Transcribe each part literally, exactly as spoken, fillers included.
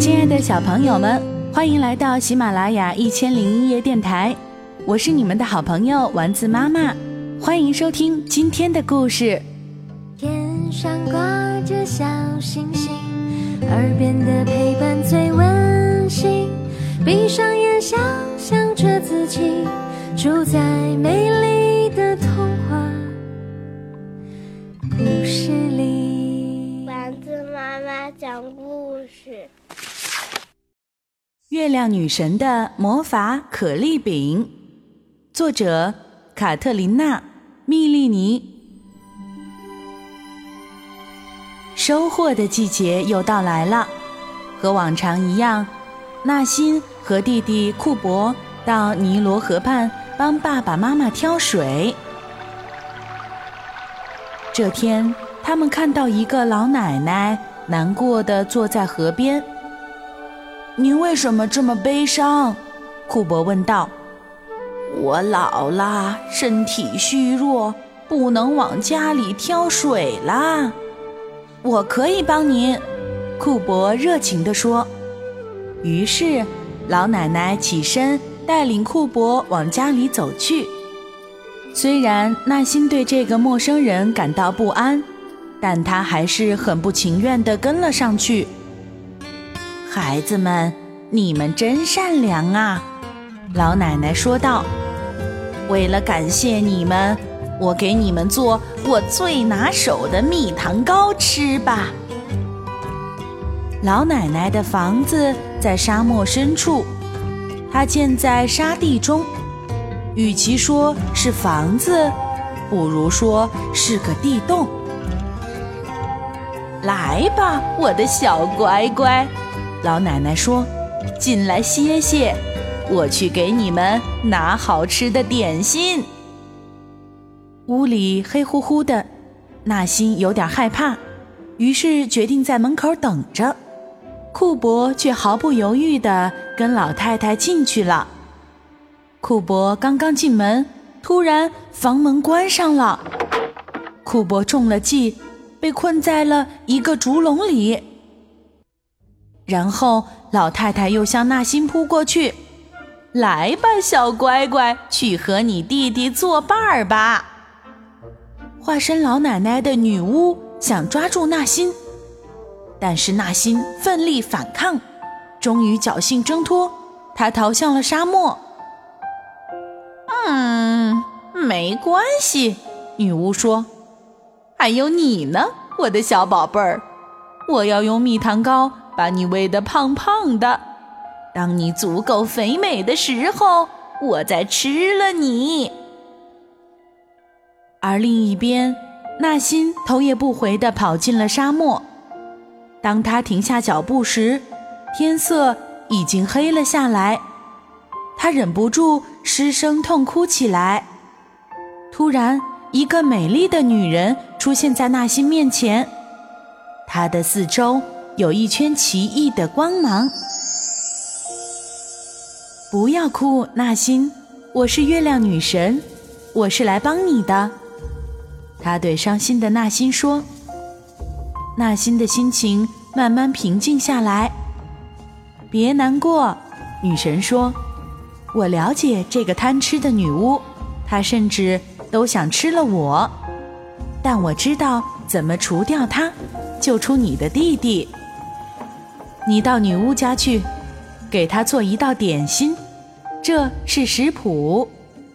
亲爱的小朋友们，欢迎来到喜马拉雅一千零一夜电台，我是你们的好朋友丸子妈妈，欢迎收听今天的故事。 天上挂着小星星，耳边的陪伴最温馨，闭上眼想象着自己住在美丽的童话故事里。 丸子妈妈讲故事。 月亮女神的魔法可丽饼，作者卡特琳娜·密利尼。收获的季节又到来了，和往常一样，纳辛和弟弟库珀到尼罗河畔帮爸爸妈妈挑水。这天，他们看到一个老奶奶难过地坐在河边。你为什么这么悲伤？库珀问道。我老了，身体虚弱，不能往家里挑水啦。我可以帮您，库珀热情地说。于是，老奶奶起身，带领库珀往家里走去。虽然纳辛对这个陌生人感到不安，但他还是很不情愿地跟了上去。孩子们，你们真善良啊，老奶奶说道。为了感谢你们，我给你们做我最拿手的蜜糖糕吃吧。老奶奶的房子在沙漠深处，它建在沙地中，与其说是房子，不如说是个地洞。来吧，我的小乖乖，老奶奶说，进来歇歇，我去给你们拿好吃的点心。屋里黑乎乎的，纳辛有点害怕，于是决定在门口等着。库珀却毫不犹豫地跟老太太进去了。库珀刚刚进门，突然房门关上了，库珀中了计，被困在了一个竹笼里。然后老太太又向纳辛扑过去。来吧，小乖乖，去和你弟弟作伴儿吧。化身老奶奶的女巫想抓住纳辛，但是纳辛奋力反抗，终于侥幸挣脱，他逃向了沙漠。嗯，没关系，女巫说。还有你呢，我的小宝贝儿，我要用蜜糖糕把你喂得胖胖的，当你足够肥美的时候，我再吃了你。而另一边，纳辛头也不回地跑进了沙漠。当他停下脚步时，天色已经黑了下来，他忍不住失声痛哭起来。突然，一个美丽的女人出现在纳辛面前，她的四周有一圈奇异的光芒。不要哭，纳辛，我是月亮女神，我是来帮你的。她对伤心的纳辛说。纳辛的心情慢慢平静下来。别难过，女神说，我了解这个贪吃的女巫，她甚至都想吃了我，但我知道怎么除掉她，救出你的弟弟。你到女巫家去，给她做一道点心，这是食谱：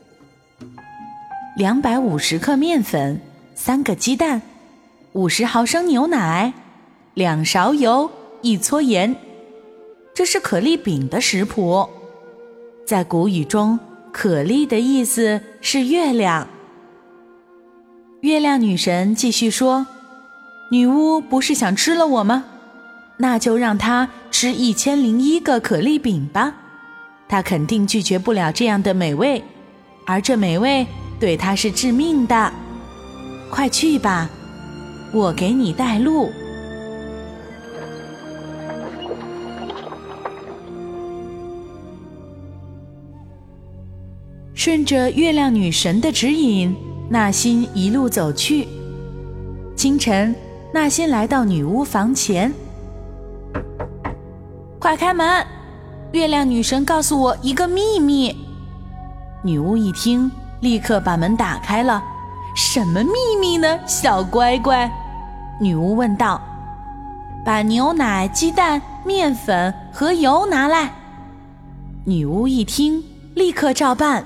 两百五十克面粉，三个鸡蛋，五十毫升牛奶，两勺油，一撮盐。这是可丽饼的食谱。在古语中，可丽的意思是月亮。月亮女神继续说，女巫不是想吃了我吗？那就让她吃一千零一个可丽饼吧，她肯定拒绝不了这样的美味，而这美味对她是致命的。快去吧，我给你带路。顺着月亮女神的指引，纳辛一路走去。清晨，纳辛来到女巫房前。 快开门！月亮女神告诉我一个秘密。女巫一听，立刻把门打开了。什么秘密呢，小乖乖？女巫问道。把牛奶、鸡蛋、面粉和油拿来。女巫一听，立刻照办。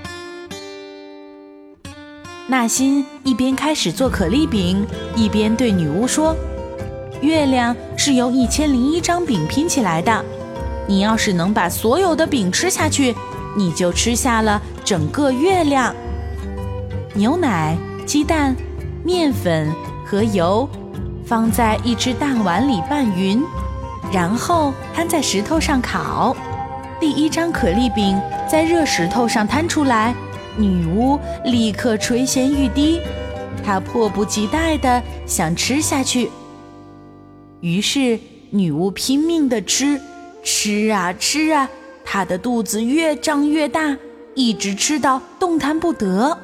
纳辛一边开始做可丽饼，一边对女巫说：月亮是由一千零一张饼拼起来的，你要是能把所有的饼吃下去，你就吃下了整个月亮。牛奶、鸡蛋、面粉和油放在一只大碗里拌匀，然后摊在石头上烤。第一张可丽饼在热石头上摊出来，女巫立刻垂涎欲滴，她迫不及待地想吃下去。于是女巫拼命地吃，吃啊吃啊，她的肚子越胀越大，一直吃到动弹不得。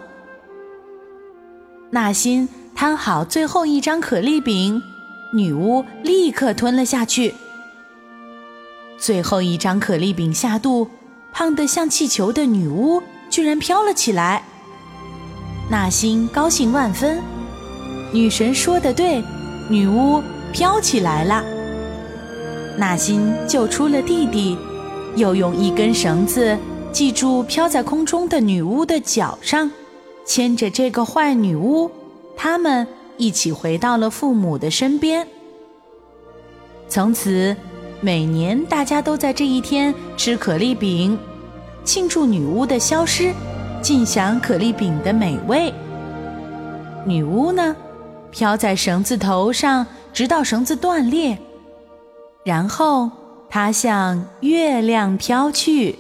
纳辛摊好最后一张可丽饼，女巫立刻吞了下去。最后一张可丽饼下肚，胖得像气球的女巫居然飘了起来。纳辛高兴万分，女神说得对，女巫飘起来了。纳辛救出了弟弟，又用一根绳子系住飘在空中的女巫的脚上，牵着这个坏女巫，他们一起回到了父母的身边。从此每年大家都在这一天吃可丽饼，庆祝女巫的消失，尽享可丽饼的美味。女巫呢，飘在绳子头上，直到绳子断裂，然后她向月亮飘去。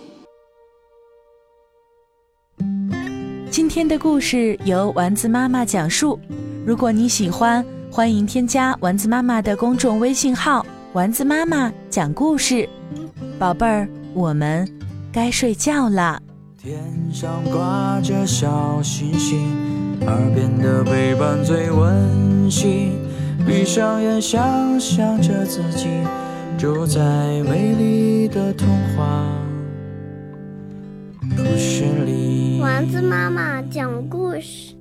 今天的故事由丸子妈妈讲述，如果你喜欢，欢迎添加丸子妈妈的公众微信号丸子妈妈讲故事。宝贝儿，我们该睡觉了。 天上挂着小星星，耳边的陪伴最温馨，闭上眼想象着自己住在美丽的童话故事里。 丸子妈妈讲故事。